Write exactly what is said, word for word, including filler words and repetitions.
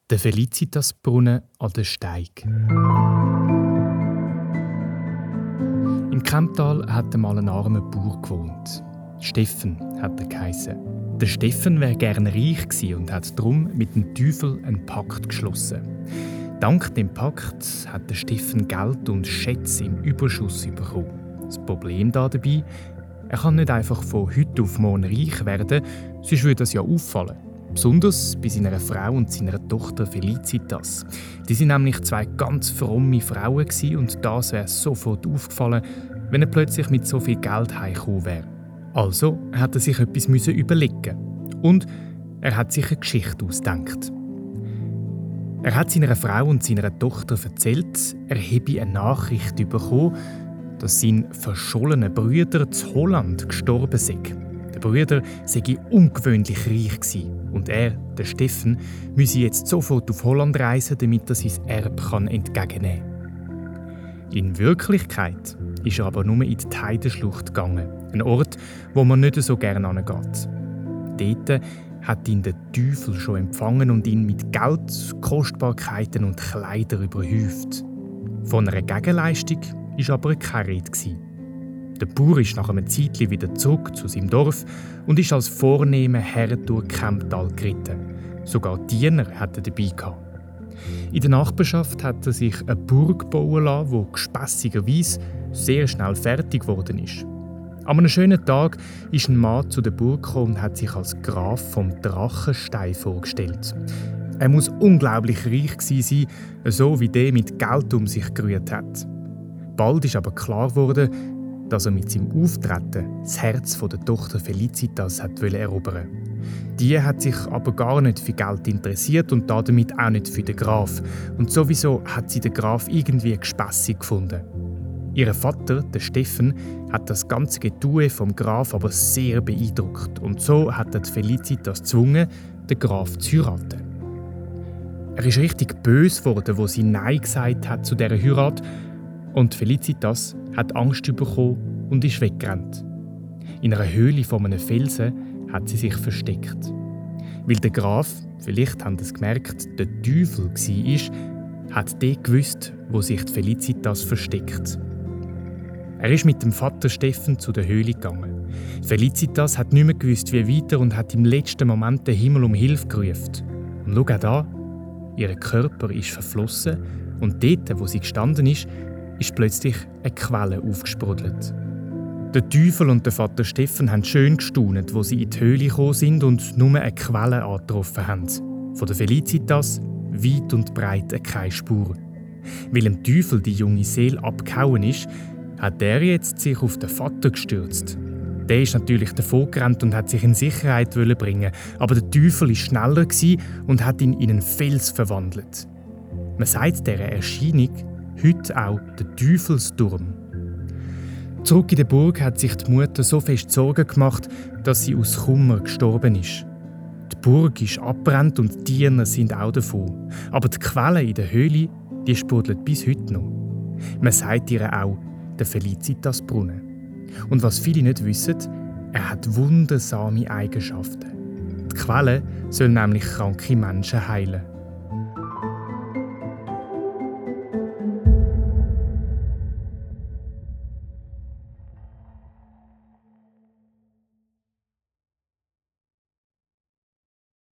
Der Felicitas-Brunnen an der Steig. Im Kemptal hat einmal ein armer Bauer gewohnt. Steffen hat er geheissen. Der Steffen wäre gerne reich gewesen und hat darum mit dem Teufel einen Pakt geschlossen. Dank dem Pakt hat der Steffen Geld und Schätze im Überschuss bekommen. Das Problem dabei: Er kann nicht einfach von heute auf morgen reich werden, sonst würde das ja auffallen. Besonders bei seiner Frau und seiner Tochter Felicitas. Die sind nämlich zwei ganz fromme Frauen gewesen, und das wäre sofort aufgefallen, wenn er plötzlich mit so viel Geld heimgekommen wäre. Also hat er sich etwas müssen überlegen. Und er hat sich eine Geschichte ausgedacht. Er hat seiner Frau und seiner Tochter erzählt, er habe eine Nachricht bekommen, dass sein verschollener Bruder zu Holland gestorben sei. Der Bruder sei ungewöhnlich reich gewesen und er, der Steffen, müsse jetzt sofort auf Holland reisen, damit er sein Erbe entgegennehmen kann. In Wirklichkeit ist er aber nur in die Heidenschlucht gegangen, ein Ort, wo man nicht so gerne hingeht. Dort hat ihn der Teufel schon empfangen und ihn mit Geld, Kostbarkeiten und Kleidern überhäuft. Von einer Gegenleistung war aber keine Rede. Der Bauer ist nach einem Zeitchen wieder zurück zu seinem Dorf und ist als vornehmer Herr durch Kemptal geritten. Sogar Diener hat er dabei gehabt. In der Nachbarschaft hat er sich eine Burg bauen lassen, die gespässigerweise sehr schnell fertig geworden ist. An einem schönen Tag ist ein Mann zu der Burg gekommen und hat sich als Graf vom Drachenstein vorgestellt. Er muss unglaublich reich gewesen sein, so wie der mit Geld um sich gerührt hat. Bald ist aber klar geworden, dass er mit seinem Auftreten das Herz der Tochter Felicitas hat erobern. Die hat sich aber gar nicht für Geld interessiert und damit auch nicht für den Graf. Und sowieso hat sie den Graf irgendwie gespässig gefunden. Ihr Vater, der Steffen, hat das ganze Getue vom Graf aber sehr beeindruckt und so hat er Felicitas gezwungen, den Graf zu heiraten. Er ist richtig böse geworden, wo sie Nein gesagt hat zu dieser Heirat, und Felicitas hat Angst bekommen und ist weggerannt. In einer Höhle von einem Felsen hat sie sich versteckt. Weil der Graf, vielleicht haben Sie es gemerkt, der Teufel war, hat der gewusst, wo sich die Felicitas versteckt. Er ist mit dem Vater Steffen zu der Höhle gegangen. Felicitas hat nicht mehr gewusst, wie weiter, und hat im letzten Moment den Himmel um Hilfe gerufen. Und schau auch da, ihr Körper ist verflossen und dort, wo sie gestanden ist, ist plötzlich eine Quelle aufgesprudelt. Der Teufel und der Vater Steffen haben schön gestaunt, wo sie in die Höhle gekommen sind und nur eine Quelle angetroffen haben. Von der Felicitas weit und breit keine Spur. Weil dem Teufel die junge Seele abgehauen ist, hat er jetzt sich auf den Vater gestürzt. Der ist natürlich davongerannt und hat sich in Sicherheit bringen, aber der Teufel war schneller und hat ihn in einen Fels verwandelt. Man sagt dieser Erscheinung heute auch der Teufelsturm. Zurück in der Burg hat sich die Mutter so fest Sorgen gemacht, dass sie aus Kummer gestorben ist. Die Burg ist abbrennt und die Diener sind auch davon. Aber die Quelle in der Höhle, die sprudelt bis heute noch. Man sagt ihr auch der Felicitas-Brunnen. Und was viele nicht wissen, er hat wundersame Eigenschaften. Die Quelle soll nämlich kranke Menschen heilen.